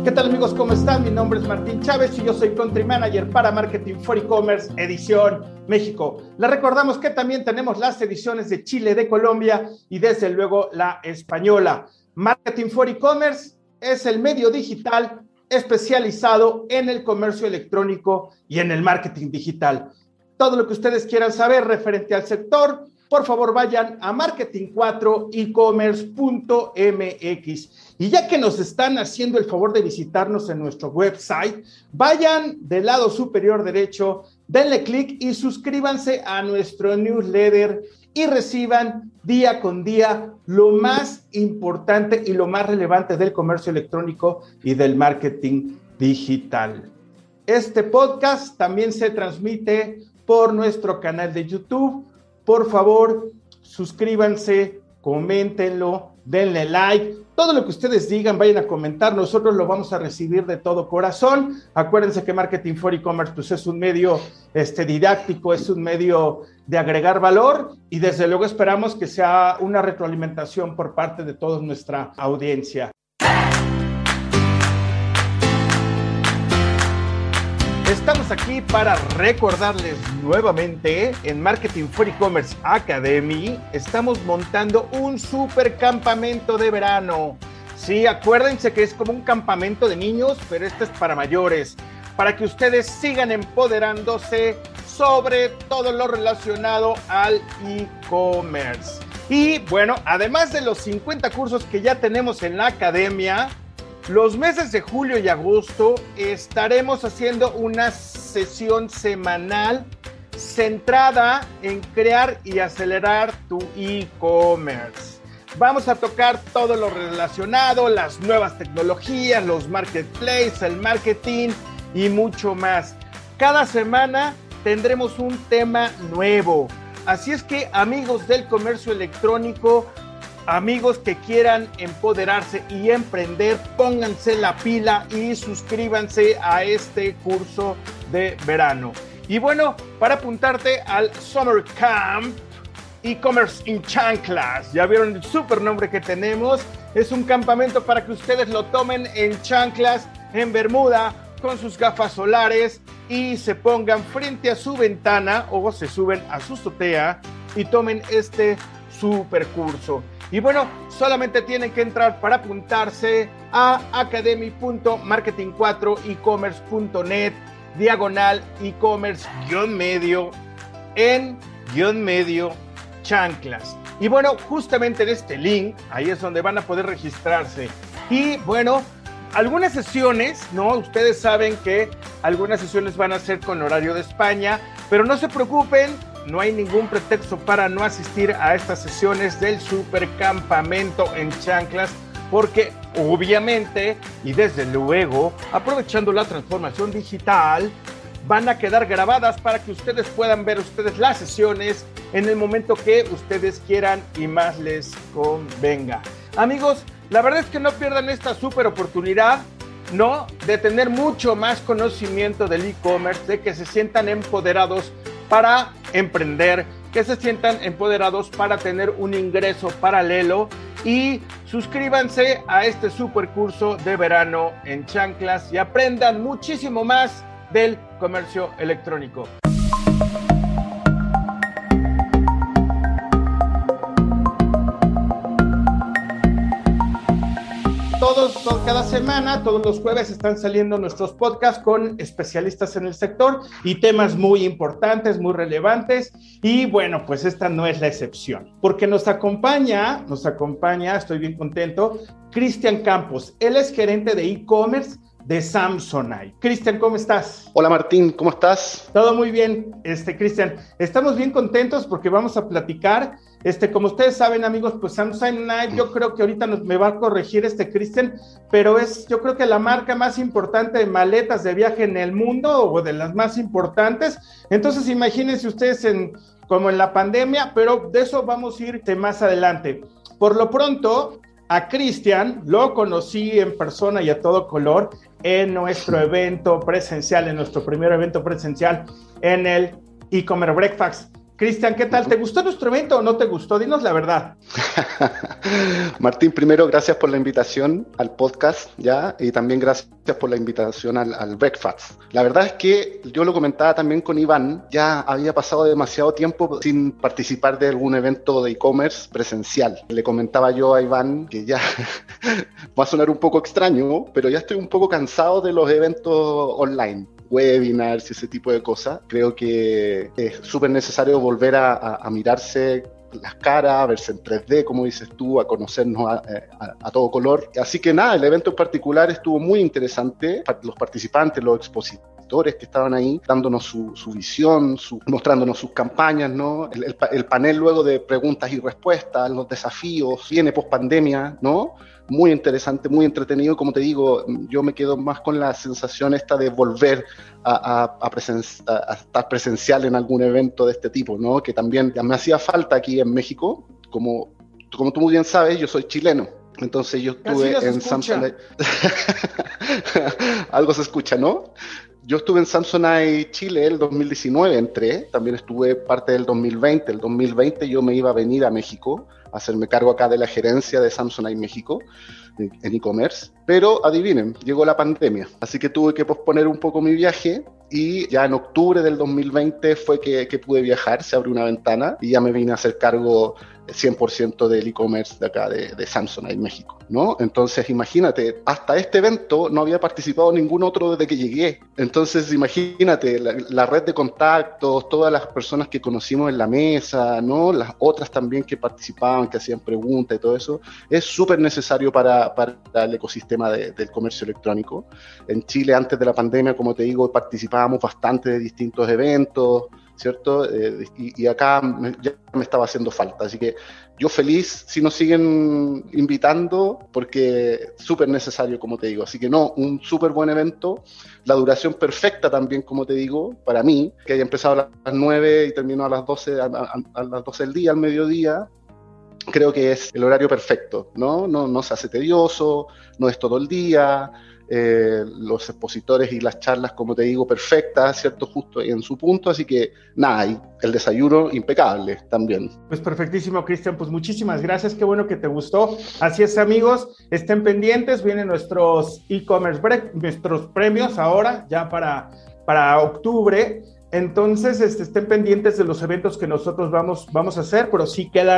¿Qué tal amigos? ¿Cómo están? Mi nombre es Martín Chávez y yo soy Country Manager para Marketing for E-Commerce Edición México. Les recordamos que también tenemos las ediciones de Chile, de Colombia y desde luego la española. Marketing for E-Commerce es el medio digital especializado en el comercio electrónico y en el marketing digital. Todo lo que ustedes quieran saber referente al sector, por favor vayan a marketing4ecommerce.mx. Y ya que nos están haciendo el favor de visitarnos en nuestro website, vayan del lado superior derecho, denle clic y suscríbanse a nuestro newsletter y reciban día con día lo más importante y lo más relevante del comercio electrónico y del marketing digital. Este podcast también se transmite por nuestro canal de YouTube. Por favor, suscríbanse, coméntenlo, denle like. Todo lo que ustedes digan, vayan a comentar. Nosotros lo vamos a recibir de todo corazón. Acuérdense que Marketing for E-Commerce pues, es un medio didáctico, es un medio de agregar valor y desde luego esperamos que sea una retroalimentación por parte de toda nuestra audiencia. Estamos aquí para recordarles nuevamente en Marketing for E-Commerce Academy estamos montando un super campamento de verano. Sí, acuérdense que es como un campamento de niños, pero este es para mayores, para que ustedes sigan empoderándose sobre todo lo relacionado al e-commerce. Y bueno, además de los 50 cursos que ya tenemos en la academia, los meses de julio y agosto estaremos haciendo una sesión semanal centrada en crear y acelerar tu e-commerce. Vamos a tocar todo lo relacionado, las nuevas tecnologías, los marketplaces, el marketing y mucho más. Cada semana tendremos un tema nuevo. Así es que, amigos del comercio electrónico, amigos que quieran empoderarse y emprender, pónganse la pila y suscríbanse a este curso de verano. Y bueno, para apuntarte al Summer Camp E-Commerce in Chanclas, ya vieron el super nombre que tenemos, es un campamento para que ustedes lo tomen en chanclas, en bermuda, con sus gafas solares y se pongan frente a su ventana o se suben a su azotea y tomen este super curso. Y bueno, solamente tienen que entrar para apuntarse a academy.marketing4ecommerce.net /e-commerce-medio en _medio chanclas. Y bueno, justamente en este link, ahí es donde van a poder registrarse. Y bueno, algunas sesiones, ¿no? Ustedes saben que algunas sesiones van a ser con horario de España, pero no se preocupen, no hay ningún pretexto para no asistir a estas sesiones del supercampamento en chanclas, porque obviamente y desde luego, aprovechando la transformación digital, van a quedar grabadas para que ustedes puedan ver las sesiones en el momento que ustedes quieran y más les convenga. Amigos, la verdad es que no pierdan esta super oportunidad, ¿no? De tener mucho más conocimiento del e-commerce, de que se sientan empoderados para emprender, que se sientan empoderados para tener un ingreso paralelo y suscríbanse a este super curso de verano en chanclas y aprendan muchísimo más del comercio electrónico. Cada semana, todos los jueves están saliendo nuestros podcasts con especialistas en el sector y temas muy importantes, muy relevantes. Y bueno, pues esta no es la excepción, porque nos acompaña, estoy bien contento, Cristian Campos. Él es gerente de e-commerce de Samsonite. Cristian, ¿cómo estás? Hola Martín, ¿cómo estás? Todo muy bien, Cristian. Estamos bien contentos porque vamos a platicar. Como ustedes saben, amigos, pues Samsonite, yo creo que ahorita me va a corregir Cristian, pero es yo creo que la marca más importante de maletas de viaje en el mundo o de las más importantes. Entonces, imagínense ustedes como en la pandemia, pero de eso vamos a ir más adelante. Por lo pronto, a Cristian lo conocí en persona y a todo color en nuestro evento presencial, en nuestro primer evento presencial en el e-commerce breakfast. Cristian, ¿qué tal? ¿Te gustó nuestro evento o no te gustó? Dinos la verdad. Martín, primero, gracias por la invitación al podcast, ¿ya? Y también gracias por la invitación al Breakfast. La verdad es que yo lo comentaba también con Iván, ya había pasado demasiado tiempo sin participar de algún evento de e-commerce presencial. Le comentaba yo a Iván que ya va a sonar un poco extraño, pero ya estoy un poco cansado de los eventos online, webinars y ese tipo de cosas. Creo que es súper necesario volver a mirarse las caras, a verse en 3D, como dices tú, a conocernos a todo color. Así que nada, el evento en particular estuvo muy interesante. Los participantes, los expositores que estaban ahí, dándonos su visión, mostrándonos sus campañas, ¿no? El panel luego de preguntas y respuestas, los desafíos, viene post pandemia, ¿no? Muy interesante, muy entretenido. Como te digo, yo me quedo más con la sensación esta de volver a estar presencial en algún evento de este tipo, ¿no? Que también me hacía falta aquí en México. Como tú muy bien sabes, yo soy chileno. Entonces yo Casi no estuve se en escucha. Samsonite. Algo se escucha, ¿no? Yo estuve en Samsonite Chile el 2019, entré, también estuve parte del 2020. El 2020 yo me iba a venir a México a hacerme cargo acá de la gerencia de Samsonite México en e-commerce, pero adivinen, llegó la pandemia, así que tuve que posponer un poco mi viaje y ya en octubre del 2020 fue que pude viajar, se abrió una ventana y ya me vine a hacer cargo 100% del e-commerce de acá de Samsonite en México, ¿no? Entonces imagínate, hasta este evento no había participado ningún otro desde que llegué. Entonces imagínate, la red de contactos, todas las personas que conocimos en la mesa, ¿no? Las otras también que participaban, que hacían preguntas y todo eso, es súper necesario para el ecosistema del comercio electrónico. En Chile, antes de la pandemia, como te digo, participábamos bastante de distintos eventos, ¿cierto? Y acá ya me estaba haciendo falta, así que yo feliz si nos siguen invitando, porque súper necesario, como te digo, así que no, un súper buen evento, la duración perfecta también, como te digo, para mí, que haya empezado a las 9 y terminó a las 12, a las 12 del día, al mediodía. Creo que es el horario perfecto, ¿no? No se hace tedioso, no es todo el día, los expositores y las charlas, como te digo, perfectas, ¿cierto? Justo en su punto, así que nada, y el desayuno impecable también. Pues perfectísimo, Cristian, pues muchísimas gracias, qué bueno que te gustó. Así es, amigos, estén pendientes, vienen nuestros e-commerce break, nuestros premios ahora, ya para octubre. Entonces, estén pendientes de los eventos que nosotros vamos a hacer, pero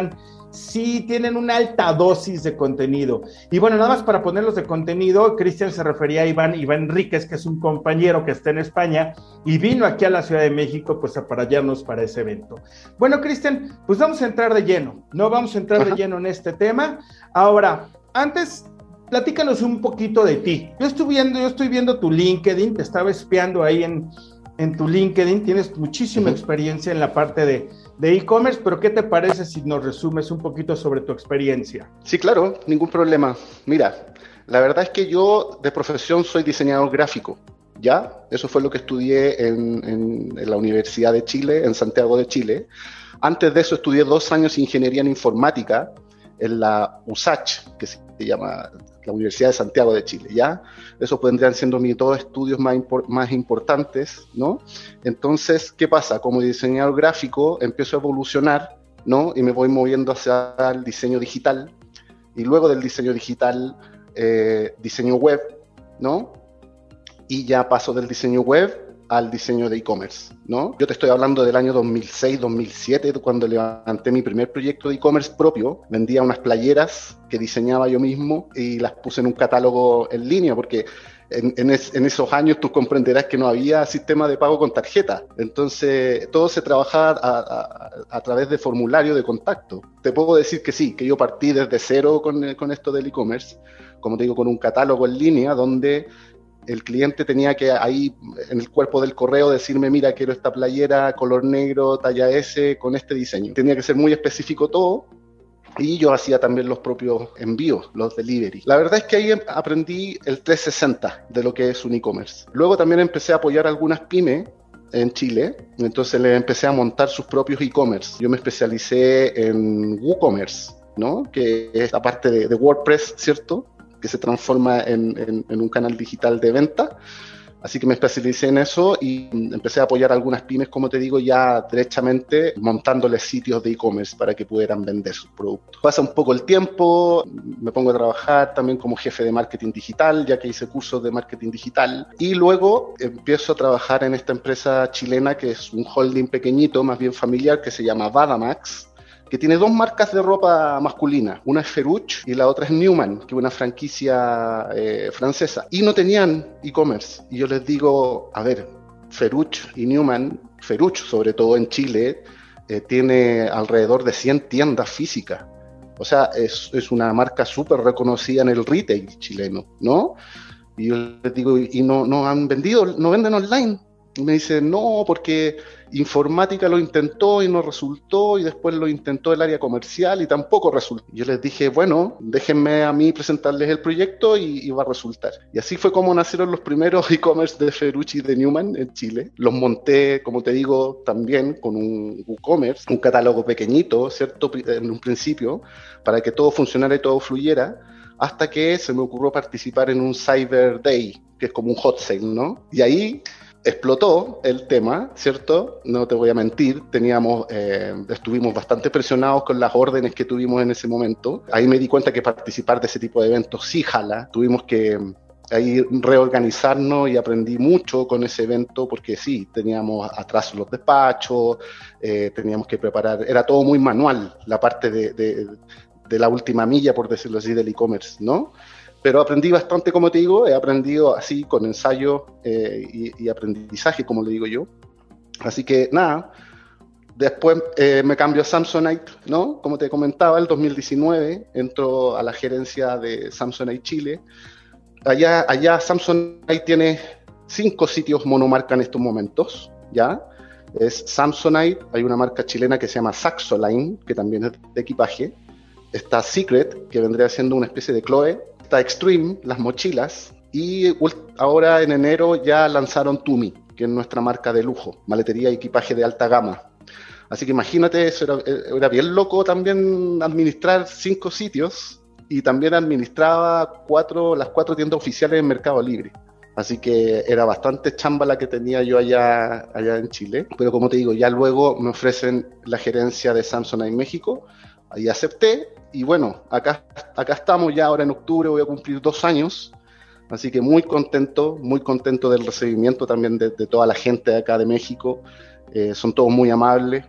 sí tienen una alta dosis de contenido. Y bueno, nada más para ponerlos de contenido, Cristian se refería a Iván Enríquez, que es un compañero que está en España y vino aquí a la Ciudad de México pues a pararnos para ese evento. Bueno, Cristian, pues vamos a entrar de lleno, ¿no? Vamos a entrar de Ajá. lleno en este tema. Ahora, antes, platícanos un poquito de ti. Yo estoy viendo tu LinkedIn, te estaba espiando ahí en tu LinkedIn, tienes muchísima Uh-huh. experiencia en la parte de e-commerce, pero ¿qué te parece si nos resumes un poquito sobre tu experiencia? Sí, claro, ningún problema. Mira, la verdad es que yo de profesión soy diseñador gráfico, ¿ya? Eso fue lo que estudié en la Universidad de Chile, en Santiago de Chile. Antes de eso estudié 2 años de ingeniería en informática en la USACH, que se llama la Universidad de Santiago de Chile, ¿ya? Esos vendrían siendo mis 2 estudios más importantes, ¿no? Entonces, ¿qué pasa? Como diseñador gráfico empiezo a evolucionar, ¿no? Y me voy moviendo hacia el diseño digital, y luego del diseño digital, diseño web, ¿no? Y ya paso del diseño web al diseño de e-commerce, ¿no? Yo te estoy hablando del año 2006-2007, cuando levanté mi primer proyecto de e-commerce propio. Vendía unas playeras que diseñaba yo mismo y las puse en un catálogo en línea, porque en esos años tú comprenderás que no había sistema de pago con tarjeta. Entonces, todo se trabajaba a través de formulario de contacto. Te puedo decir que sí, que yo partí desde cero con esto del e-commerce, como te digo, con un catálogo en línea donde el cliente tenía que ahí en el cuerpo del correo decirme, mira, quiero esta playera color negro, talla S, con este diseño. Tenía que ser muy específico todo, y yo hacía también los propios envíos, los delivery. La verdad es que ahí aprendí el 360 de lo que es un e-commerce. Luego también empecé a apoyar algunas pymes en Chile, entonces les empecé a montar sus propios e-commerce. Yo me especialicé en WooCommerce, ¿no? Que es la parte de WordPress, ¿cierto? Que se transforma en un canal digital de venta. Así que me especialicé en eso y empecé a apoyar a algunas pymes, como te digo, ya derechamente montándoles sitios de e-commerce para que pudieran vender sus productos. Pasa un poco el tiempo, me pongo a trabajar también como jefe de marketing digital, ya que hice cursos de marketing digital, y luego empiezo a trabajar en esta empresa chilena que es un holding pequeñito, más bien familiar, que se llama Vadamax, que tiene dos marcas de ropa masculina. Una es Ferruch y la otra es Newman, que es una franquicia francesa. Y no tenían e-commerce. Y yo les digo, a ver, Ferruch y Newman, Ferruch sobre todo en Chile, tiene alrededor de 100 tiendas físicas. O sea, es una marca súper reconocida en el retail chileno, ¿no? Y yo les digo, ¿y no han vendido, no venden online? Y me dice, no, porque informática lo intentó y no resultó, y después lo intentó el área comercial y tampoco resultó. Yo les dije, bueno, déjenme a mí presentarles el proyecto y va a resultar. Y así fue como nacieron los primeros e-commerce de Ferrucci y de Newman en Chile. Los monté, como te digo, también con un WooCommerce, un catálogo pequeñito, ¿cierto? En un principio, para que todo funcionara y todo fluyera, hasta que se me ocurrió participar en un Cyber Day, que es como un hot sale, ¿no? Y ahí explotó el tema, ¿cierto? No te voy a mentir, estuvimos bastante presionados con las órdenes que tuvimos en ese momento. Ahí me di cuenta que participar de ese tipo de eventos sí jala. Tuvimos que ahí reorganizarnos y aprendí mucho con ese evento porque sí, teníamos atrás los despachos, teníamos que preparar, era todo muy manual, la parte de la última milla, por decirlo así, del e-commerce, ¿no? Pero aprendí bastante, como te digo, he aprendido así con ensayo y aprendizaje, como le digo yo. Así que nada, después me cambio a Samsonite, ¿no? Como te comentaba, el 2019 entro a la gerencia de Samsonite Chile. Allá Samsonite tiene 5 sitios monomarca en estos momentos, ¿ya? Es Samsonite, hay una marca chilena que se llama Saxoline, que también es de equipaje. Está Secret, que vendría siendo una especie de Chloe. Está Extreme, las mochilas, y ahora en enero ya lanzaron Tumi, que es nuestra marca de lujo, maletería y equipaje de alta gama. Así que imagínate, eso era bien loco también administrar 5 sitios y también administraba las 4 tiendas oficiales en Mercado Libre. Así que era bastante chamba la que tenía yo allá en Chile. Pero como te digo, ya luego me ofrecen la gerencia de Samsung en México. Ahí acepté y bueno, acá estamos ya ahora en octubre, voy a cumplir 2 años, así que muy contento del recibimiento también de toda la gente de acá de México, son todos muy amables,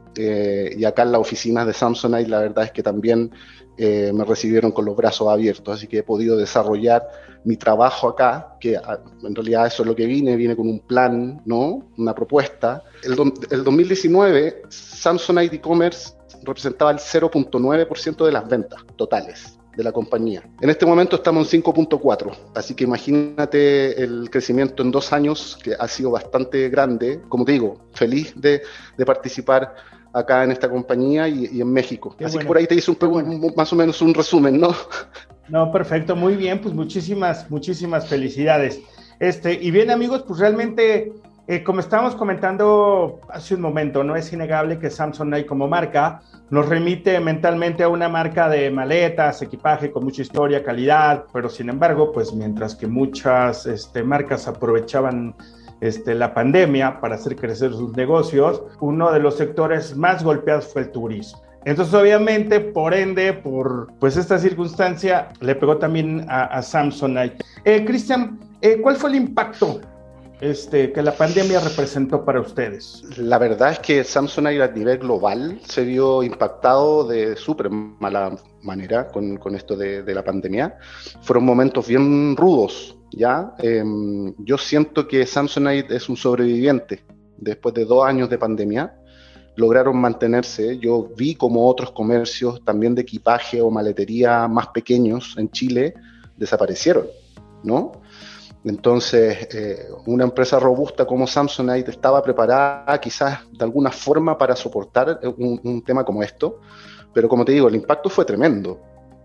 y acá en las oficinas de Samsonite la verdad es que también me recibieron con los brazos abiertos, así que he podido desarrollar mi trabajo acá, que en realidad eso es lo que vine con un plan, ¿no? Una propuesta. El 2019 Samsonite e-commerce representaba el 0.9% de las ventas totales de la compañía. En este momento estamos en 5.4%, así que imagínate el crecimiento en 2 años, que ha sido bastante grande. Como te digo, feliz de participar acá en esta compañía y en México. Qué así bueno. Que por ahí te hice más o menos un resumen, ¿no? No, perfecto, muy bien, pues muchísimas felicidades. Y bien, amigos, pues realmente, como estábamos comentando hace un momento, no es innegable que Samsonite como marca nos remite mentalmente a una marca de maletas, equipaje con mucha historia, calidad, pero sin embargo, pues mientras que muchas marcas aprovechaban la pandemia para hacer crecer sus negocios, uno de los sectores más golpeados fue el turismo. Entonces, obviamente, por ende, por pues esta circunstancia, le pegó también a Samsonite. Cristian, ¿cuál fue el impacto que la pandemia representó para ustedes? La verdad es que Samsonite a nivel global se vio impactado de súper mala manera con esto de la pandemia. Fueron momentos bien rudos, ¿ya? Yo siento que Samsonite es un sobreviviente después de 2 años de pandemia. Lograron mantenerse. Yo vi como otros comercios también de equipaje o maletería más pequeños en Chile desaparecieron, ¿no? Entonces, una empresa robusta como Samsonite estaba preparada quizás de alguna forma para soportar un tema como esto, pero como te digo, el impacto fue tremendo.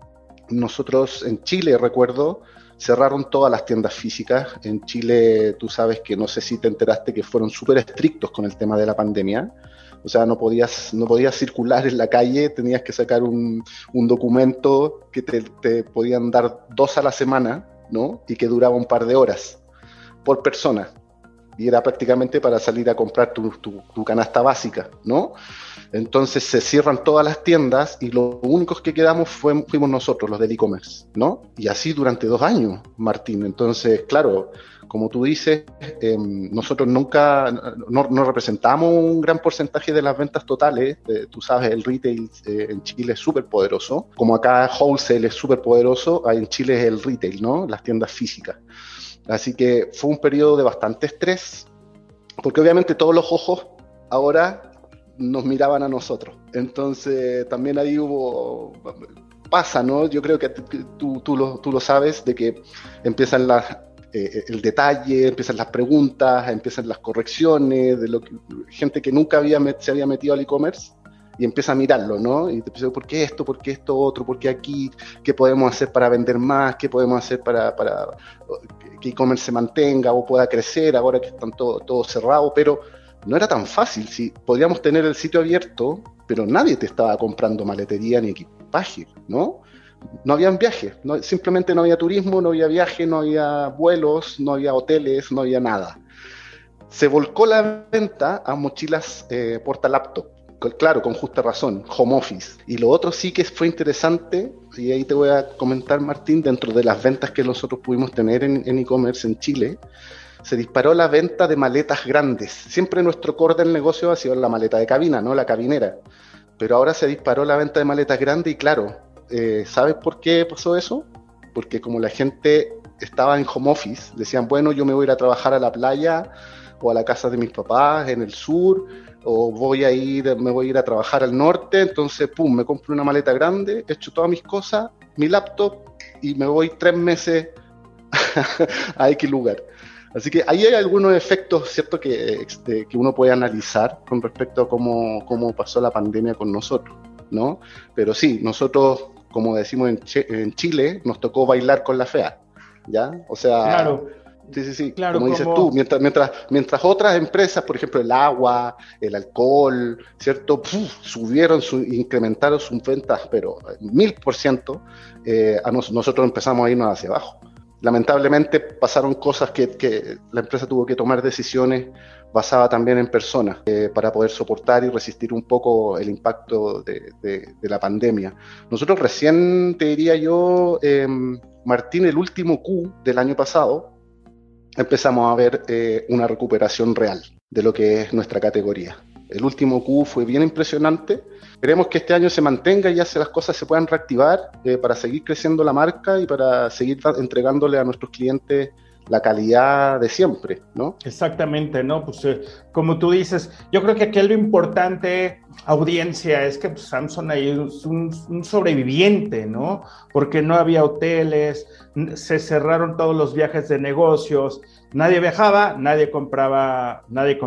Nosotros en Chile, recuerdo, cerraron todas las tiendas físicas. En Chile, tú sabes que no sé si te enteraste que fueron súper estrictos con el tema de la pandemia. O sea, no podías circular en la calle, tenías que sacar un documento que te podían dar 2 a la semana, ¿no? Y que duraba un par de horas. por persona. Y era prácticamente para salir a comprar tu canasta básica, ¿no? Entonces se cierran todas las tiendas y los únicos que quedamos fuimos nosotros, los del e-commerce, ¿no? Y así durante 2 años, Martín. Entonces, claro, como tú dices, nosotros nunca, no representamos un gran porcentaje de las ventas totales. Tú sabes, el retail en Chile es súper poderoso. Como acá wholesale es súper poderoso, en Chile es el retail, ¿no? Las tiendas físicas. Así que fue un periodo de bastante estrés, porque obviamente todos los ojos ahora nos miraban a nosotros. Entonces también ahí pasa, ¿no? Yo creo que tú lo sabes, de que empiezan el detalle, empiezan las preguntas, empiezan las correcciones, gente que nunca se había metido al e-commerce y empieza a mirarlo, ¿no? Y te empieza, ¿por qué esto? ¿Por qué esto otro? ¿Por qué aquí? ¿Qué podemos hacer para vender más? ¿Qué podemos hacer para que e-commerce se mantenga o pueda crecer ahora que están todo cerrado? Pero no era tan fácil. Sí, podíamos tener el sitio abierto, pero nadie te estaba comprando maletería ni equipaje, ¿no? No habían viajes, simplemente no había turismo, no había viaje, no había vuelos, no había hoteles, no había nada. Se volcó la venta a mochilas porta laptop. Claro, con justa razón, home office. Y lo otro sí que fue interesante, y ahí te voy a comentar, Martín, dentro de las ventas que nosotros pudimos tener en e-commerce en Chile, se disparó la venta de maletas grandes. Siempre nuestro core del negocio ha sido la maleta de cabina, ¿no? La cabinera. Pero ahora se disparó la venta de maletas grandes y claro, ¿sabes por qué pasó eso? Porque como la gente estaba en home office, decían, bueno, yo me voy a ir a trabajar a la playa o a la casa de mis papás en el sur, o me voy a ir a trabajar al norte, entonces, pum, me compro una maleta grande, echo todas mis cosas, mi laptop, y me voy 3 meses a X lugar. Así que ahí hay algunos efectos, ¿cierto?, que uno puede analizar con respecto a cómo pasó la pandemia con nosotros, ¿no? Pero sí, nosotros, como decimos en Chile, nos tocó bailar con la fea, ¿ya? O sea, Claro, sí, claro, como dices tú, mientras otras empresas, por ejemplo, el agua, el alcohol, ¿cierto?, incrementaron sus ventas, pero 1000%, nosotros empezamos a irnos hacia abajo. Lamentablemente pasaron cosas que la empresa tuvo que tomar decisiones basadas también en personas para poder soportar y resistir un poco el impacto de la pandemia. Nosotros recién, te diría yo, Martín, el último Q del año pasado, empezamos a ver una recuperación real de lo que es nuestra categoría. El último Q fue bien impresionante. Queremos que este año se mantenga y ya las cosas se puedan reactivar para seguir creciendo la marca y para seguir entregándole a nuestros clientes la calidad de siempre, ¿no? Exactamente, ¿no? Pues como tú dices, yo creo que aquí lo importante, audiencia, es que pues, Samsung ahí es un sobreviviente, ¿no? Porque no había hoteles, se cerraron todos los viajes de negocios, nadie viajaba, nadie compraba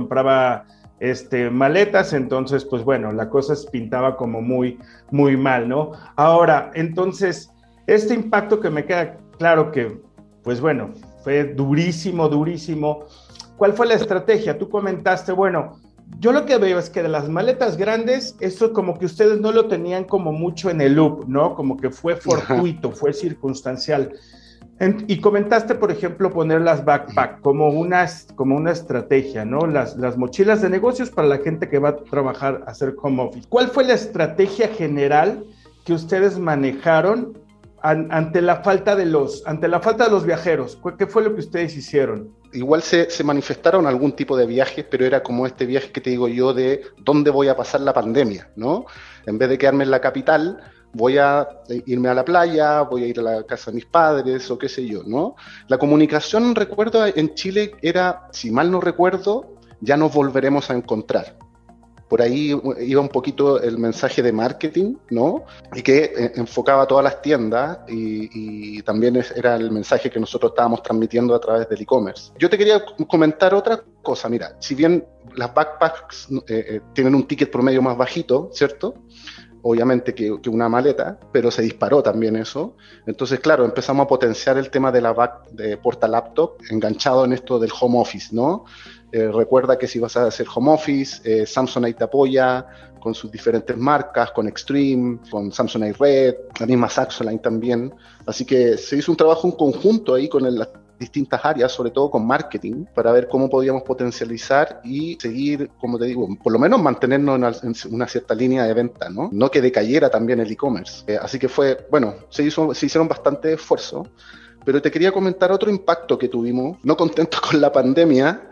maletas, entonces, pues bueno, la cosa se pintaba como muy, muy mal, ¿no? Ahora, entonces, este impacto que me queda claro que, pues bueno, fue durísimo, durísimo. ¿Cuál fue la estrategia? Tú comentaste, bueno, yo lo que veo es que de las maletas grandes, eso como que ustedes no lo tenían como mucho en el loop, ¿no? Como que fue fortuito, fue circunstancial. Y comentaste, por ejemplo, poner las backpack como una estrategia, ¿no? Las mochilas de negocios para la gente que va a trabajar, a hacer home office. ¿Cuál fue la estrategia general que ustedes manejaron ante la falta de los viajeros? ¿Qué fue lo que ustedes hicieron? Igual se manifestaron algún tipo de viajes, pero era como este viaje que te digo yo de dónde voy a pasar la pandemia, ¿no? En vez de quedarme en la capital, voy a irme a la playa, voy a ir a la casa de mis padres o qué sé yo, ¿no? La comunicación, recuerdo, en Chile era, si mal no recuerdo, ya nos volveremos a encontrar. Por ahí iba un poquito el mensaje de marketing, ¿no? Y que enfocaba a todas las tiendas y también era el mensaje que nosotros estábamos transmitiendo a través del e-commerce. Yo te quería comentar otra cosa. Mira, si bien las backpacks tienen un ticket promedio más bajito, ¿cierto?, obviamente que una maleta, pero se disparó también eso. Entonces, claro, empezamos a potenciar el tema de de porta laptop enganchado en esto del home office, ¿no? Recuerda que si vas a hacer home office, Samsonite te apoya con sus diferentes marcas, con Extreme, con Samsonite Red, la misma Saxoline también. Así que se hizo un trabajo en conjunto ahí con distintas áreas, sobre todo con marketing, para ver cómo podíamos potencializar y seguir, como te digo, por lo menos mantenernos en una cierta línea de venta, ¿no? No que decayera también el e-commerce. Así que fue, bueno, se hicieron bastante esfuerzo. Pero te quería comentar otro impacto que tuvimos, no contentos con la pandemia.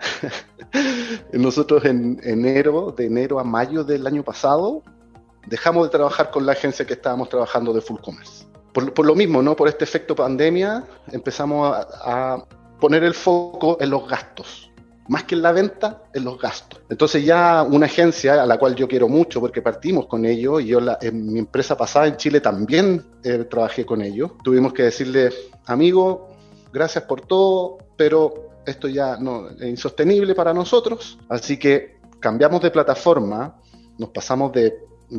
Nosotros de enero a mayo del año pasado, dejamos de trabajar con la agencia que estábamos trabajando de Full Commerce. Por lo mismo, ¿no? Por este efecto pandemia, empezamos a poner el foco en los gastos. Más que en la venta, en los gastos. Entonces ya una agencia a la cual yo quiero mucho porque partimos con ellos y yo en mi empresa pasada en Chile también trabajé con ellos. Tuvimos que decirle, amigo, gracias por todo, pero esto ya no es insostenible para nosotros. Así que cambiamos de plataforma, nos pasamos de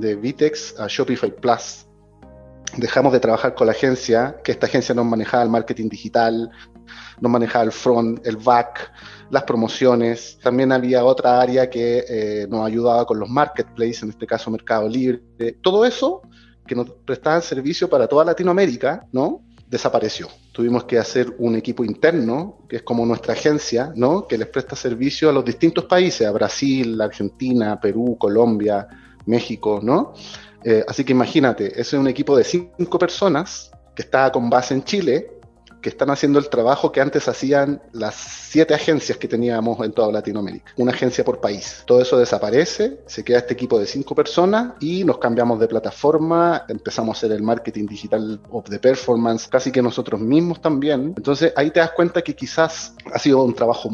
Vitex a Shopify Plus. Dejamos de trabajar con la agencia, que esta agencia nos manejaba el marketing digital, nos manejaba el front, el back, las promociones. También había otra área que nos ayudaba con los marketplaces, en este caso Mercado Libre. Todo eso que nos prestaba servicio para toda Latinoamérica, ¿no? Desapareció. Tuvimos que hacer un equipo interno, que es como nuestra agencia, ¿no? Que les presta servicio a los distintos países, a Brasil, Argentina, Perú, Colombia, México, ¿no? Así que imagínate, ese es un equipo de 5 personas que está con base en Chile, que están haciendo el trabajo que antes hacían las 7 agencias que teníamos en toda Latinoamérica. Una agencia por país. Todo eso desaparece, se queda este equipo de 5 personas y nos cambiamos de plataforma, empezamos a hacer el marketing digital of the performance, casi que nosotros mismos también. Entonces ahí te das cuenta que quizás ha sido un trabajo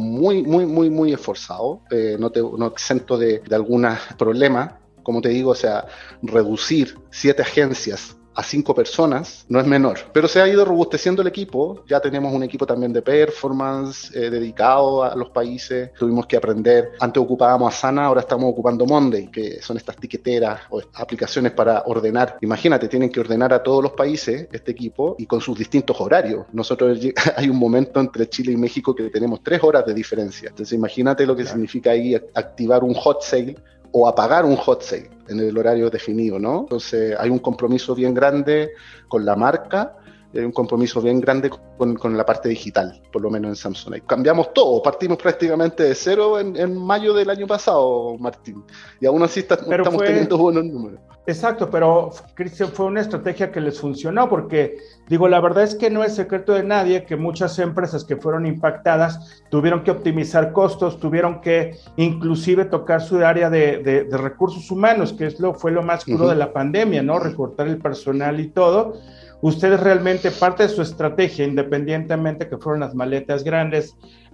muy esforzado, no exento de algunos problemas. Como te digo, o sea, reducir 7 agencias a 5 personas no es menor, pero se ha ido robusteciendo el equipo. Ya tenemos un equipo también de performance dedicado a los países. Tuvimos que aprender, antes ocupábamos Asana, ahora estamos ocupando Monday, que son estas tiqueteras o aplicaciones para ordenar. Imagínate, tienen que ordenar a todos los países este equipo y con sus distintos horarios. Nosotros hay un momento entre Chile y México que tenemos 3 horas de diferencia. Entonces imagínate lo que significa ahí activar un hot sale o apagar un hot sale en el horario definido, ¿no? Entonces hay un compromiso bien grande con la marca, hay un compromiso bien grande con la parte digital, por lo menos en Samsonite. Cambiamos todo, partimos prácticamente de cero en mayo del año pasado, Martín, y aún así estamos teniendo buenos números. Exacto, pero Cristian, fue una estrategia que les funcionó porque, digo, la verdad es que no es secreto de nadie que muchas empresas que fueron impactadas tuvieron que optimizar costos, tuvieron que inclusive tocar su área de recursos humanos, que fue lo más crudo de la pandemia, ¿no? Recortar el personal y todo. Ustedes realmente, parte de su estrategia, independientemente que fueron las maletas grandes,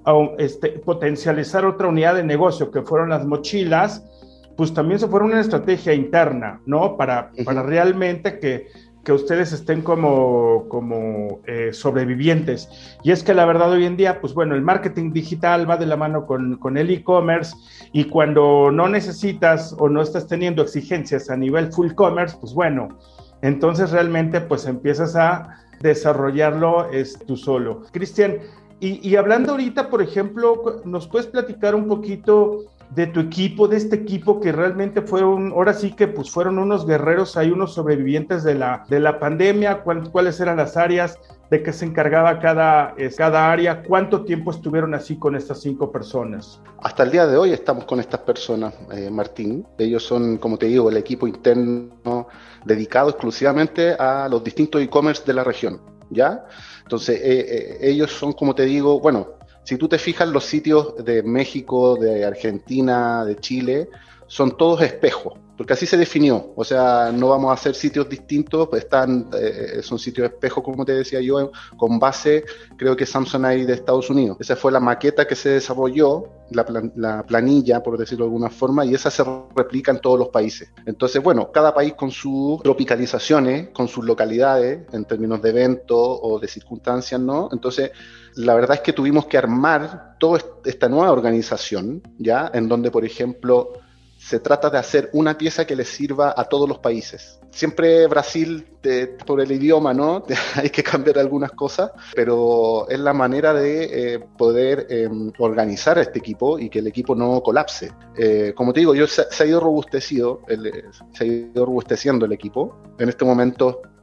potencializar otra unidad de negocio que fueron las mochilas, pues también se fueron una estrategia interna, ¿no? Para realmente que ustedes estén como sobrevivientes. Y es que la verdad hoy en día, pues bueno, el marketing digital va de la mano con el e-commerce, y cuando no necesitas o no estás teniendo exigencias a nivel full commerce, pues bueno, entonces realmente pues empiezas a desarrollarlo tú solo. Cristian, y hablando ahorita, por ejemplo, ¿nos puedes platicar un poquito de tu equipo, de este equipo que realmente ahora sí que pues fueron unos guerreros, hay unos sobrevivientes de la pandemia? ¿Cuáles eran las áreas, de qué se encargaba cada área? ¿Cuánto tiempo estuvieron así con estas 5 personas? Hasta el día de hoy estamos con estas personas, Martín. Ellos son, como te digo, el equipo interno dedicado exclusivamente a los distintos e-commerce de la región, ¿ya? Entonces, ellos son, como te digo, bueno, si tú te fijas, los sitios de México, de Argentina, de Chile, son todos espejos, porque así se definió. O sea, no vamos a hacer sitios distintos, pues son sitios espejos, como te decía yo, con base, creo que Samsonite de Estados Unidos. Esa fue la maqueta que se desarrolló, la planilla, por decirlo de alguna forma, y esa se replica en todos los países. Entonces, bueno, cada país con sus tropicalizaciones, con sus localidades, en términos de eventos o de circunstancias, ¿no? Entonces, la verdad es que tuvimos que armar toda esta nueva organización, ¿ya? En donde, por ejemplo, se trata de hacer una pieza que les sirva a todos los países. Siempre Brasil, por el idioma, ¿no? Hay que cambiar algunas cosas, pero es la manera de poder organizar a este equipo y que el equipo no colapse. Como te digo, se ha ido robusteciendo el equipo. En este momento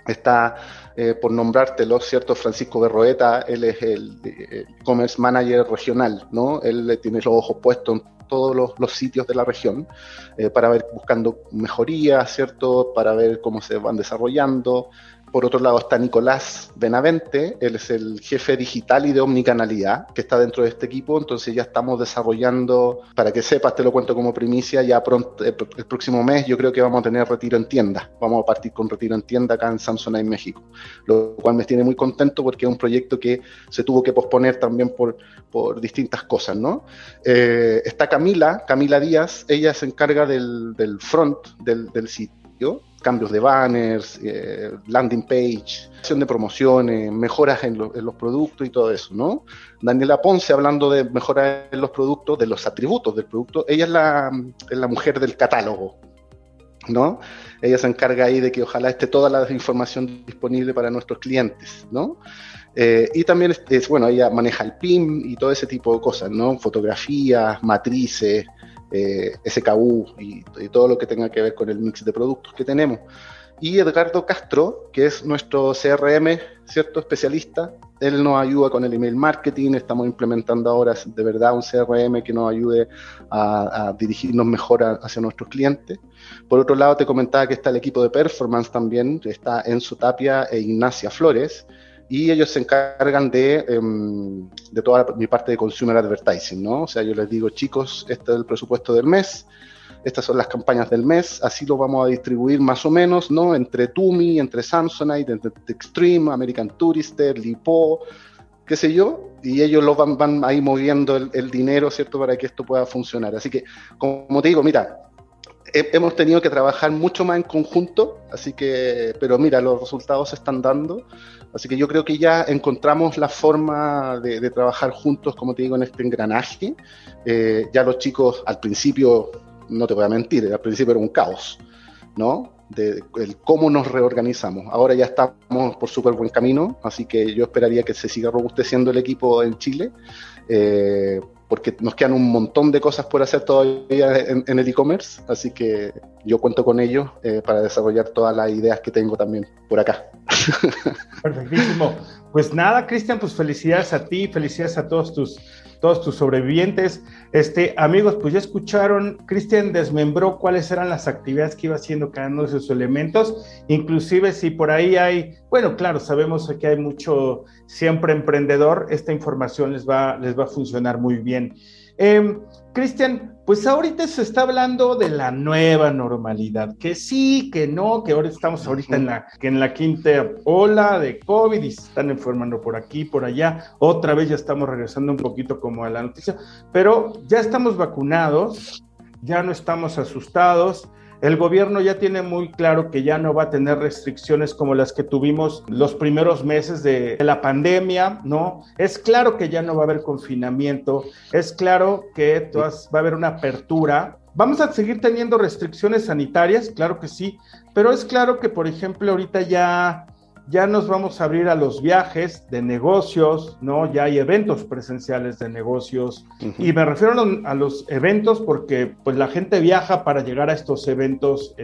Está, por nombrártelo, ¿cierto? Francisco Berroeta, él es el e-commerce manager regional, ¿no? Él tiene los ojos puestos en todos los sitios de la región para ver, buscando mejorías, ¿cierto? Para ver cómo se van desarrollando. Por otro lado está Nicolás Benavente, él es el jefe digital y de omnicanalidad que está dentro de este equipo, entonces ya estamos desarrollando, para que sepas, te lo cuento como primicia, ya pronto, el próximo mes yo creo que vamos a tener retiro en tienda, vamos a partir con retiro en tienda acá en Samsonite, México, lo cual me tiene muy contento porque es un proyecto que se tuvo que posponer también por distintas cosas, ¿no? Está Camila Díaz, ella se encarga del front del sitio, cambios de banners, landing page, acción de promociones, mejoras en los productos y todo eso, ¿no? Daniela Ponce, hablando de mejoras en los productos, de los atributos del producto, ella es la mujer del catálogo, ¿no? Ella se encarga ahí de que ojalá esté toda la información disponible para nuestros clientes, ¿no? Y también, bueno, ella maneja el PIM y todo ese tipo de cosas, ¿no? Fotografías, matrices, SKU y todo lo que tenga que ver con el mix de productos que tenemos. Y Edgardo Castro, que es nuestro CRM, ¿cierto? Especialista, él nos ayuda con el email marketing, estamos implementando ahora de verdad un CRM que nos ayude a dirigirnos mejor hacia nuestros clientes. Por otro lado, te comentaba que está el equipo de performance también, está Enzo Tapia e Ignacia Flores, y ellos se encargan de toda mi parte de consumer advertising, ¿no? O sea, yo les digo, chicos, este es el presupuesto del mes, estas son las campañas del mes, así lo vamos a distribuir más o menos, ¿no? Entre Tumi, entre Samsonite, entre Extreme, American Tourister, Lipo, qué sé yo, y ellos van ahí moviendo el dinero, ¿cierto? Para que esto pueda funcionar. Así que, como te digo, mira, hemos tenido que trabajar mucho más en conjunto, así que, pero mira, los resultados se están dando, así que yo creo que ya encontramos la forma de trabajar juntos, como te digo, en este engranaje. Ya los chicos al principio, no te voy a mentir, al principio era un caos, ¿no? El cómo nos reorganizamos. Ahora ya estamos por súper buen camino, así que yo esperaría que se siga robusteciendo el equipo en Chile, porque nos quedan un montón de cosas por hacer todavía en el e-commerce, así que yo cuento con ellos para desarrollar todas las ideas que tengo también por acá. Perfectísimo. Pues nada, Cristian, pues felicidades a ti, felicidades a todos tus sobrevivientes. Amigos, pues ya escucharon, Cristian desmembró cuáles eran las actividades que iba haciendo cada uno de sus elementos, inclusive si por ahí hay, bueno, claro, sabemos que hay mucho siempre emprendedor, esta información les va a funcionar muy bien. Cristian, pues ahorita se está hablando de la nueva normalidad, que sí, que no, que ahora estamos ahorita en la quinta ola de COVID y se están enfermando por aquí, por allá, otra vez ya estamos regresando un poquito como a la noticia, pero ya estamos vacunados, ya no estamos asustados. El gobierno ya tiene muy claro que ya no va a tener restricciones como las que tuvimos los primeros meses de la pandemia, ¿no? Es claro que ya no va a haber confinamiento, es claro que va a haber una apertura. Vamos a seguir teniendo restricciones sanitarias, claro que sí, pero es claro que, por ejemplo, ahorita ya nos vamos a abrir a los viajes de negocios, ¿no? Ya hay eventos presenciales de negocios, y me refiero a los eventos porque pues la gente viaja para llegar a estos eventos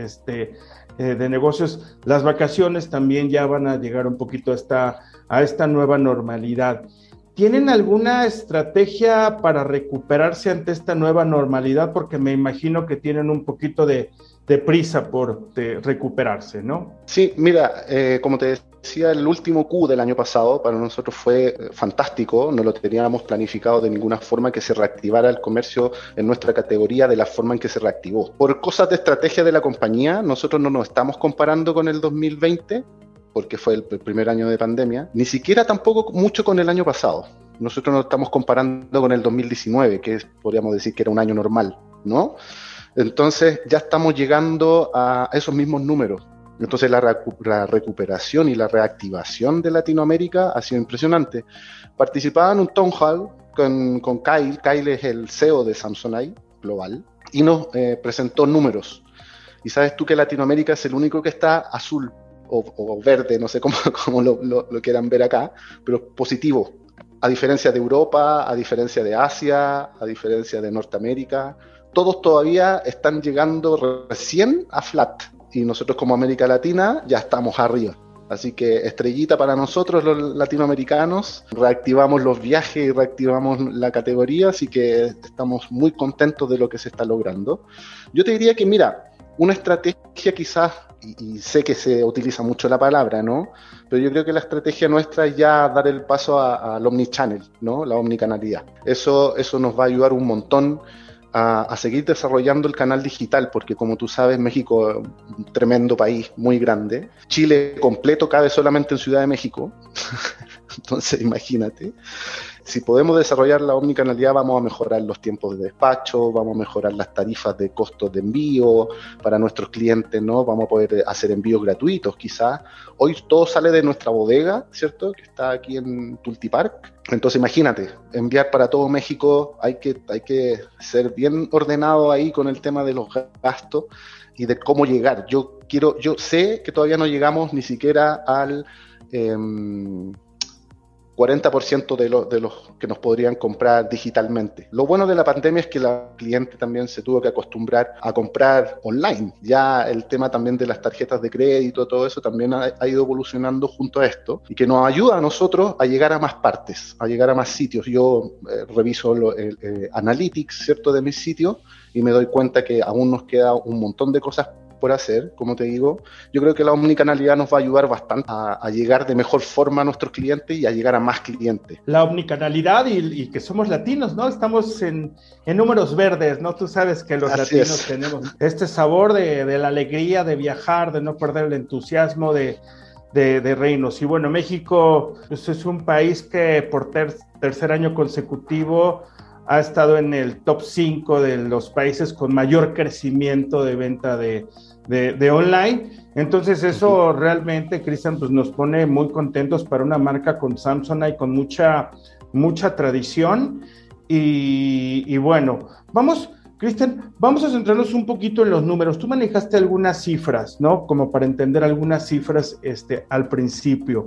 de negocios. Las vacaciones también ya van a llegar un poquito a esta nueva normalidad. ¿Tienen alguna estrategia para recuperarse ante esta nueva normalidad? Porque me imagino que tienen un poquito de prisa por recuperarse, ¿no? Sí, mira, como te decía, el último Q del año pasado para nosotros fue fantástico, no lo teníamos planificado de ninguna forma que se reactivara el comercio en nuestra categoría de la forma en que se reactivó. Por cosas de estrategia de la compañía, nosotros no nos estamos comparando con el 2020, porque fue el primer año de pandemia, ni siquiera tampoco mucho con el año pasado. Nosotros nos estamos comparando con el 2019, que podríamos decir que era un año normal, ¿no? Entonces ya estamos llegando a esos mismos números. Entonces la recuperación y la reactivación de Latinoamérica ha sido impresionante. Participaba en un town hall con Kyle. Kyle es el CEO de Samsonite Global y nos presentó números. Y sabes tú que Latinoamérica es el único que está azul o verde, no sé cómo lo quieran ver acá, pero positivo. A diferencia de Europa, a diferencia de Asia, a diferencia de Norteamérica, todos todavía están llegando recién a flat y nosotros como América Latina ya estamos arriba. Así que estrellita para nosotros los latinoamericanos, reactivamos los viajes y reactivamos la categoría, así que estamos muy contentos de lo que se está logrando. Yo te diría que, mira, una estrategia quizás, y sé que se utiliza mucho la palabra, ¿no? Pero yo creo que la estrategia nuestra es ya dar el paso al omnichannel, ¿no? La omnicanalidad. Eso nos va a ayudar un montón a seguir desarrollando el canal digital, porque como tú sabes, México es un tremendo país, muy grande. Chile completo cabe solamente en Ciudad de México. Entonces, imagínate. Si podemos desarrollar la omnicanalidad, vamos a mejorar los tiempos de despacho, vamos a mejorar las tarifas de costos de envío para nuestros clientes, ¿no? Vamos a poder hacer envíos gratuitos, quizás. Hoy todo sale de nuestra bodega, ¿cierto? Que está aquí en Tultipark. Entonces, imagínate, enviar para todo México, hay que ser bien ordenado ahí con el tema de los gastos y de cómo llegar. Yo sé que todavía no llegamos ni siquiera al 40% de los que nos podrían comprar digitalmente. Lo bueno de la pandemia es que la cliente también se tuvo que acostumbrar a comprar online. Ya el tema también de las tarjetas de crédito, todo eso también ha ido evolucionando junto a esto y que nos ayuda a nosotros a llegar a más partes, a llegar a más sitios. Yo reviso Analytics, ¿cierto?, de mis sitios y me doy cuenta que aún nos queda un montón de cosas por hacer, como te digo. Yo creo que la omnicanalidad nos va a ayudar bastante a llegar de mejor forma a nuestros clientes y a llegar a más clientes. La omnicanalidad y que somos latinos, ¿no? Estamos en números verdes, ¿no? Tú sabes que los Así latinos es. tenemos este sabor de la alegría de viajar, de no perder el entusiasmo de reinos. Y bueno, México pues, es un país que por tercer año consecutivo ha estado en el top 5 de los países con mayor crecimiento de venta de online. Entonces eso realmente, Cristian, pues nos pone muy contentos para una marca con Samsonite con mucha tradición. Y bueno, Cristian, vamos a centrarnos un poquito en los números. Tú manejaste algunas cifras, ¿no? Como para entender algunas cifras al principio.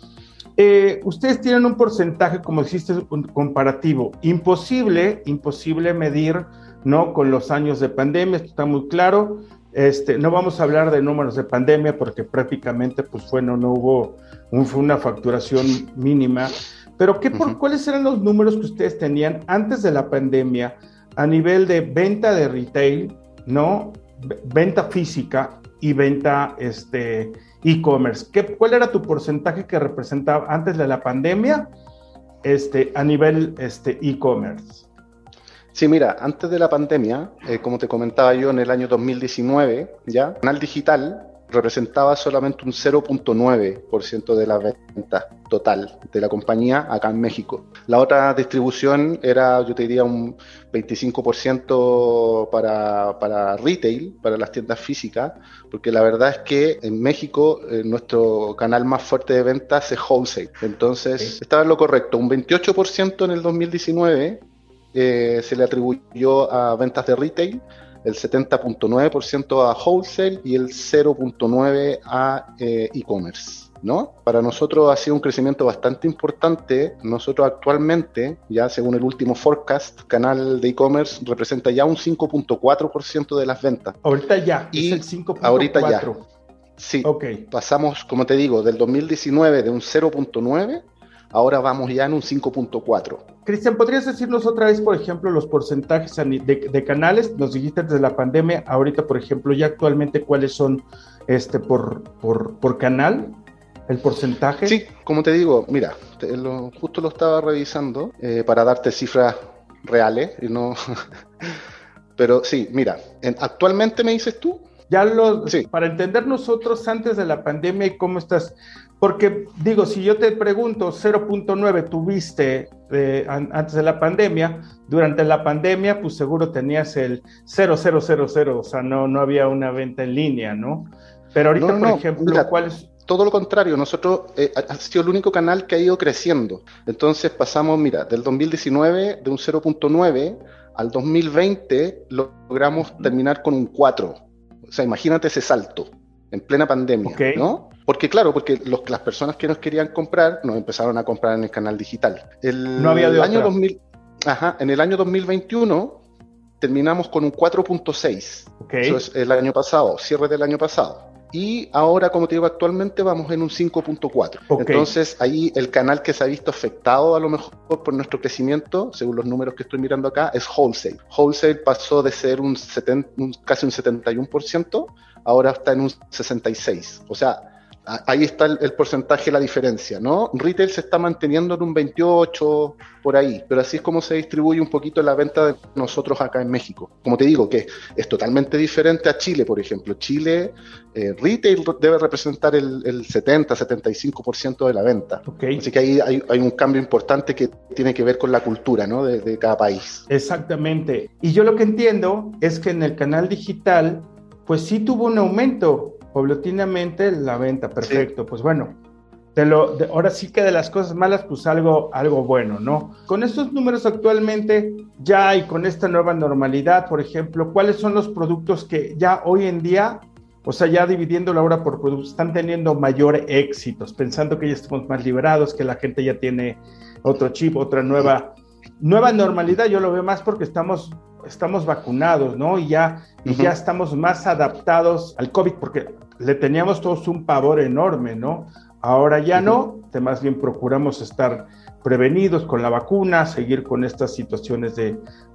Ustedes tienen un porcentaje, como dijiste, un comparativo. Imposible medir, ¿no? Con los años de pandemia, esto está muy claro. No vamos a hablar de números de pandemia porque prácticamente, pues bueno, no hubo, fue una facturación mínima. Pero ¿cuáles eran los números que ustedes tenían antes de la pandemia a nivel de venta de retail, ¿no? Venta física y venta e-commerce? ¿Cuál era tu porcentaje que representaba antes de la pandemia a nivel e-commerce? Sí, mira, antes de la pandemia, como te comentaba yo, en el año 2019, ya, el canal digital representaba solamente un 0.9% de la venta total de la compañía acá en México. La otra distribución era, yo te diría, un 25% para retail, para las tiendas físicas, porque la verdad es que en México nuestro canal más fuerte de ventas es wholesale. Entonces, estaba en lo correcto, un 28% en el 2019 se le atribuyó a ventas de retail, el 70.9% a wholesale y el 0.9% a e-commerce, ¿no? Para nosotros ha sido un crecimiento bastante importante. Nosotros actualmente, ya según el último forecast, canal de e-commerce representa ya un 5.4% de las ventas. Ahorita ya, y es el 5.4%. Ahorita ya. Sí, okay. Pasamos, como te digo, del 2019 de un 0.9%, ahora vamos ya en un 5.4%. Cristian, ¿podrías decirnos otra vez, por ejemplo, los porcentajes de canales? Nos dijiste desde la pandemia, ahorita, por ejemplo, ya actualmente, ¿cuáles son por canal? ¿El porcentaje? Sí, como te digo, mira, justo lo estaba revisando para darte cifras reales y no... Pero sí, mira, actualmente me dices tú. Ya Sí. Para entender nosotros antes de la pandemia y cómo estás, porque digo, si yo te pregunto 0.9 tuviste antes de la pandemia, durante la pandemia pues seguro tenías el 0.000, o sea, no había una venta en línea, ¿no? Pero ahorita, por ejemplo, mira, ¿cuál es? Todo lo contrario, nosotros ha sido el único canal que ha ido creciendo. Entonces pasamos, mira, del 2019 de un 0.9 al 2020 logramos terminar con un 4. O sea, imagínate ese salto en plena pandemia, Okay. ¿no? Porque claro, porque las personas que nos querían comprar nos empezaron a comprar en el canal digital. No había de año otra. En el año 2021 terminamos con un 4.6. Okay. Eso es el año pasado, cierre del año pasado. y ahora, como te digo, actualmente vamos en un 5.4. Okay. Entonces, ahí el canal que se ha visto afectado a lo mejor por nuestro crecimiento, según los números que estoy mirando acá, es wholesale. Wholesale pasó de ser casi un 71%, ahora está en un 66%. O sea, ahí está el porcentaje, la diferencia, ¿no? Retail se está manteniendo en un 28 por ahí, pero así es como se distribuye un poquito la venta de nosotros acá en México. Como te digo, que es totalmente diferente a Chile, por ejemplo. Chile, retail debe representar el 70-75% de la venta. Okay. Así que ahí hay un cambio importante que tiene que ver con la cultura, ¿no? de cada país. Exactamente. Y yo lo que entiendo es que en el canal digital, pues sí tuvo un aumento paulatinamente la venta. Perfecto. Sí. Pues bueno, ahora sí que de las cosas malas, pues algo bueno, ¿no? Con estos números actualmente ya y con esta nueva normalidad, por ejemplo, ¿cuáles son los productos que ya hoy en día, o sea, ya dividiendo la hora por productos, están teniendo mayor éxitos, pensando que ya estamos más liberados, que la gente ya tiene otro chip, otra nueva normalidad? Yo lo veo más porque estamos vacunados, ¿no? Y ya estamos más adaptados al COVID, porque le teníamos todos un pavor enorme, ¿no? Ahora ya no, más bien procuramos estar prevenidos con la vacuna, seguir con estas situaciones de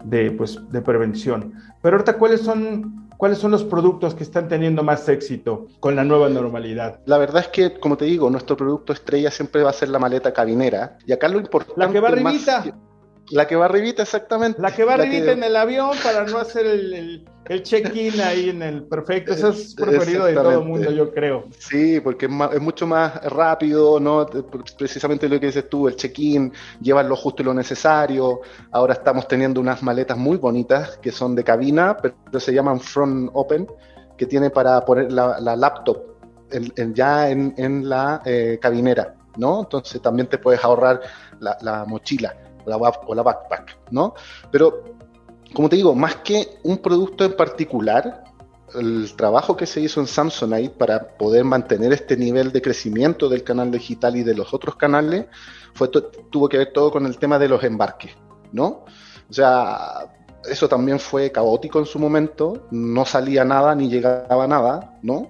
prevención. Pero ahorita, ¿cuáles son los productos que están teniendo más éxito con la nueva normalidad? La verdad es que, como te digo, nuestro producto estrella siempre va a ser la maleta cabinera. Y acá lo importante... La que va arribita. La que va arribita, exactamente. La que va arribita en el avión para no hacer el check-in ahí en el perfecto. Eso es preferido de todo el mundo, yo creo. Sí, porque es mucho más rápido, ¿no? Precisamente lo que dices tú, el check-in, llevan lo justo y lo necesario. Ahora estamos teniendo unas maletas muy bonitas que son de cabina, pero se llaman front open, que tiene para poner la laptop ya en la cabinera, ¿no? Entonces también te puedes ahorrar la mochila o la backpack, ¿no? Pero, como te digo, más que un producto en particular, el trabajo que se hizo en Samsonite para poder mantener este nivel de crecimiento del canal digital y de los otros canales tuvo que ver todo con el tema de los embarques, ¿no? O sea, eso también fue caótico en su momento, no salía nada ni llegaba nada, ¿no?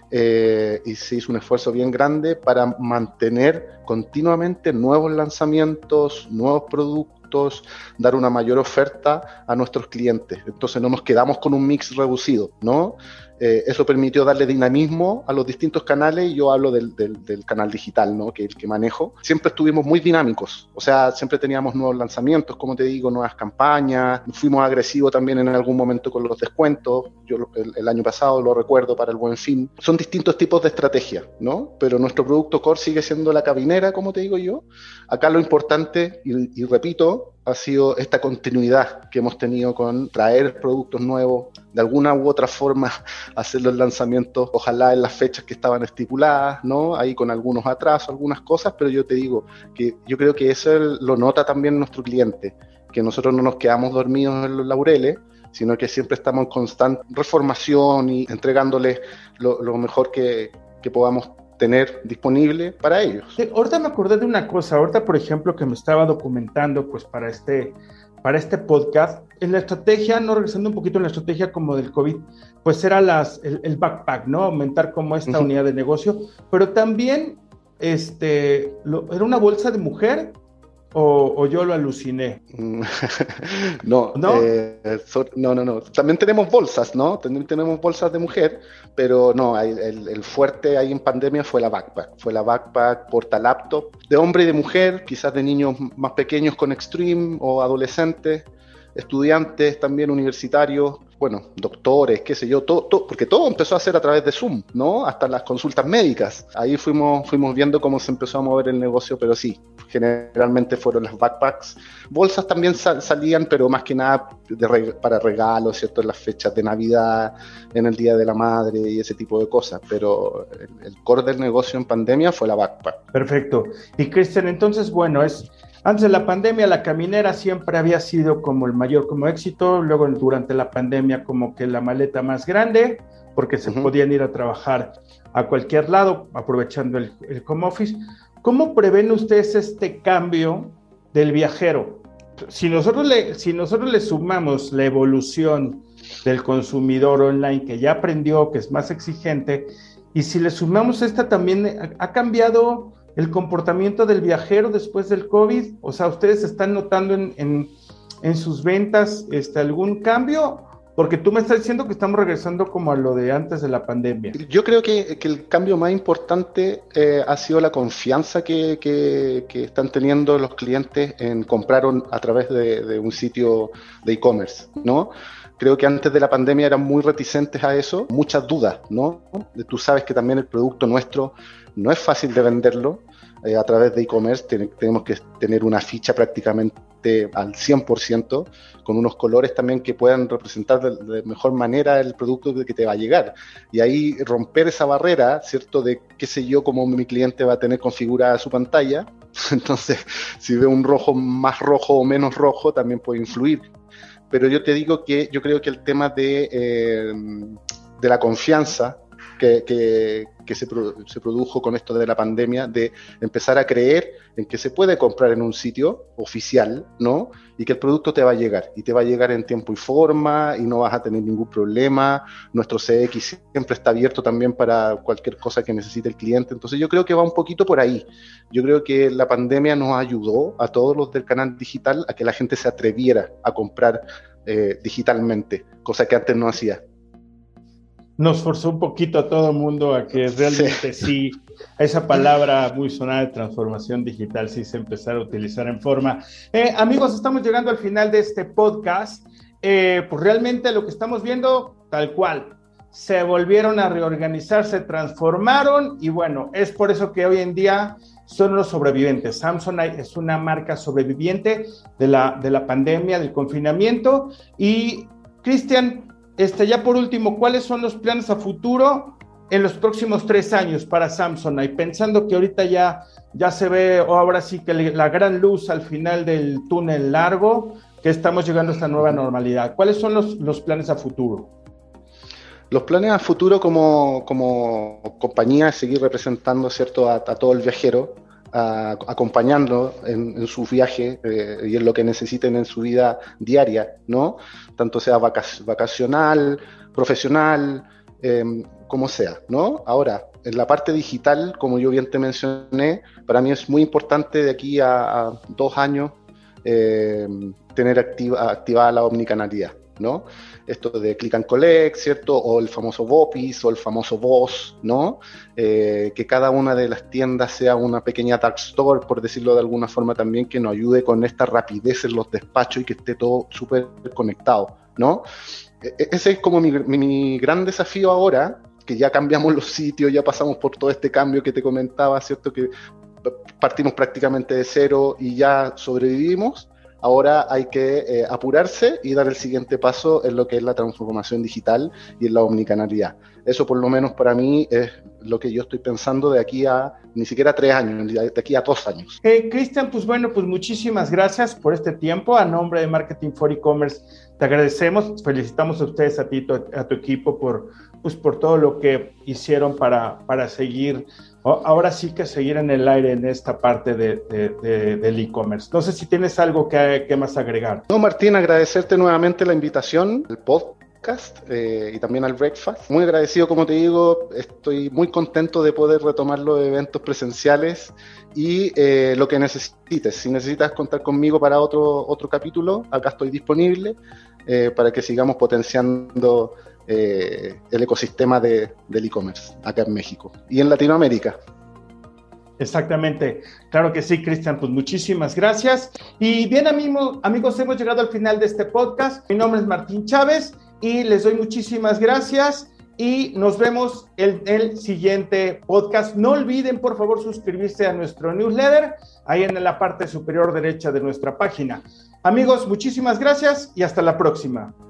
Y se hizo un esfuerzo bien grande para mantener continuamente nuevos lanzamientos, nuevos productos, dar una mayor oferta a nuestros clientes. Entonces no nos quedamos con un mix reducido, ¿no? Eso permitió darle dinamismo a los distintos canales, y yo hablo del canal digital, ¿no? Que es el que manejo. Siempre estuvimos muy dinámicos, o sea, siempre teníamos nuevos lanzamientos, como te digo, nuevas campañas. Fuimos agresivos también en algún momento con los descuentos. Yo el año pasado lo recuerdo para el Buen Fin. Son distintos tipos de estrategias, ¿no? Pero nuestro producto core sigue siendo la cabinera, como te digo yo. Acá lo importante, y repito, ha sido esta continuidad que hemos tenido con traer productos nuevos, de alguna u otra forma hacer los lanzamientos, ojalá en las fechas que estaban estipuladas, ¿no? Ahí con algunos atrasos, algunas cosas, pero yo te digo que yo creo que eso lo nota también nuestro cliente, que nosotros no nos quedamos dormidos en los laureles, sino que siempre estamos en constante reformación y entregándoles lo mejor que podamos tener disponible para ellos. Sí, ahorita me acordé de una cosa. Ahorita, por ejemplo, que me estaba documentando pues para este podcast, en la estrategia, no regresando un poquito en la estrategia como del COVID, pues era el backpack, ¿no? Aumentar como esta unidad de negocio, pero también era una bolsa de mujer. ¿O yo lo aluciné? No, ¿no? No. También tenemos bolsas, ¿no? También tenemos bolsas de mujer, pero no, el fuerte ahí en pandemia fue la backpack. Fue la backpack porta laptop, de hombre y de mujer, quizás de niños más pequeños con Extreme o adolescentes, estudiantes también universitarios, bueno, doctores, qué sé yo, todo, porque todo empezó a hacer a través de Zoom, ¿no? Hasta las consultas médicas. Ahí fuimos viendo cómo se empezó a mover el negocio, pero sí, generalmente fueron las backpacks. Bolsas también salían, pero más que nada para regalos, ¿cierto? En las fechas de Navidad, en el Día de la Madre y ese tipo de cosas. Pero el core del negocio en pandemia fue la backpack. Perfecto. Y Cristian, entonces, bueno, antes de la pandemia, la caminera siempre había sido como el mayor como éxito, luego durante la pandemia como que la maleta más grande, porque se podían ir a trabajar a cualquier lado, aprovechando el home office. ¿Cómo prevén ustedes este cambio del viajero? Si nosotros le sumamos la evolución del consumidor online, que ya aprendió, que es más exigente, Y si le sumamos esta también, ¿ha cambiado el comportamiento del viajero después del COVID? O sea, ¿ustedes están notando en sus ventas algún cambio? Porque tú me estás diciendo que estamos regresando como a lo de antes de la pandemia. Yo creo que el cambio más importante ha sido la confianza que están teniendo los clientes en comprar a través de un sitio de e-commerce, ¿no? Creo que antes de la pandemia eran muy reticentes a eso, muchas dudas, ¿no? Tú sabes que también el producto nuestro no es fácil de venderlo a través de e-commerce, tenemos que tener una ficha prácticamente al 100%, con unos colores también que puedan representar de mejor manera el producto que te va a llegar. Y ahí romper esa barrera, ¿cierto? De qué sé yo, cómo mi cliente va a tener configurada su pantalla. Entonces, si ve un rojo más rojo o menos rojo, también puede influir. Pero yo te digo que yo creo que el tema de la confianza que se produjo con esto de la pandemia, de empezar a creer en que se puede comprar en un sitio oficial, ¿no? Y que el producto te va a llegar, y te va a llegar en tiempo y forma, y no vas a tener ningún problema. Nuestro CX siempre está abierto también para cualquier cosa que necesite el cliente. Entonces yo creo que va un poquito por ahí. Yo creo que la pandemia nos ayudó a todos los del canal digital a que la gente se atreviera a comprar digitalmente, cosa que antes no hacía. Nos forzó un poquito a todo el mundo a que realmente sí, esa palabra muy sonada de transformación digital sí se empezara a utilizar en forma. Amigos, estamos llegando al final de este podcast. Pues realmente lo que estamos viendo, tal cual, se volvieron a reorganizar, se transformaron y bueno, es por eso que hoy en día son los sobrevivientes. Samsonite es una marca sobreviviente de la pandemia, del confinamiento. Y Cristian, ya por último, ¿cuáles son los planes a futuro en los próximos 3 años para Samsonite? Pensando que ahorita ya se ve, o ahora sí que la gran luz al final del túnel largo, que estamos llegando a esta nueva normalidad. ¿Cuáles son los planes a futuro? Los planes a futuro como compañía es seguir representando, ¿cierto?, a todo el viajero, acompañando en su viaje y en lo que necesiten en su vida diaria, ¿no? Tanto sea vacacional, profesional, como sea, ¿no? Ahora, en la parte digital, como yo bien te mencioné, para mí es muy importante de aquí a 2 años tener activada la omnicanalidad, ¿no? Esto de Click and Collect, ¿cierto? O el famoso BOPIS o el famoso BOSS, ¿no? Que cada una de las tiendas sea una pequeña dark store, por decirlo de alguna forma también, que nos ayude con esta rapidez en los despachos y que esté todo súper conectado, ¿no? Ese es como mi gran desafío ahora, que ya cambiamos los sitios, ya pasamos por todo este cambio que te comentaba, ¿cierto? Que partimos prácticamente de cero y ya sobrevivimos. Ahora hay que apurarse y dar el siguiente paso en lo que es la transformación digital y en la omnicanalidad. Eso por lo menos para mí es lo que yo estoy pensando de aquí a ni siquiera 3 años, de aquí a 2 años. Cristian, pues bueno, pues muchísimas gracias por este tiempo. A nombre de Marketing for E-Commerce te agradecemos, felicitamos a ustedes, a ti, a tu equipo por todo lo que hicieron para seguir, ahora sí que seguir en el aire en esta parte del e-commerce. No sé si tienes algo que más agregar. No, Martín, agradecerte nuevamente la invitación, el podcast y también al breakfast. Muy agradecido, como te digo, estoy muy contento de poder retomar los eventos presenciales y lo que necesites. Si necesitas contar conmigo para otro capítulo, acá estoy disponible para que sigamos potenciando el ecosistema del e-commerce acá en México y en Latinoamérica. Exactamente, claro que sí, Cristian, pues muchísimas gracias. Y bien, amigos, hemos llegado al final de este podcast. Mi nombre es Martín Chávez y les doy muchísimas gracias y nos vemos en el siguiente podcast. No olviden, por favor, suscribirse a nuestro newsletter, ahí en la parte superior derecha de nuestra página. Amigos, muchísimas gracias y hasta la próxima.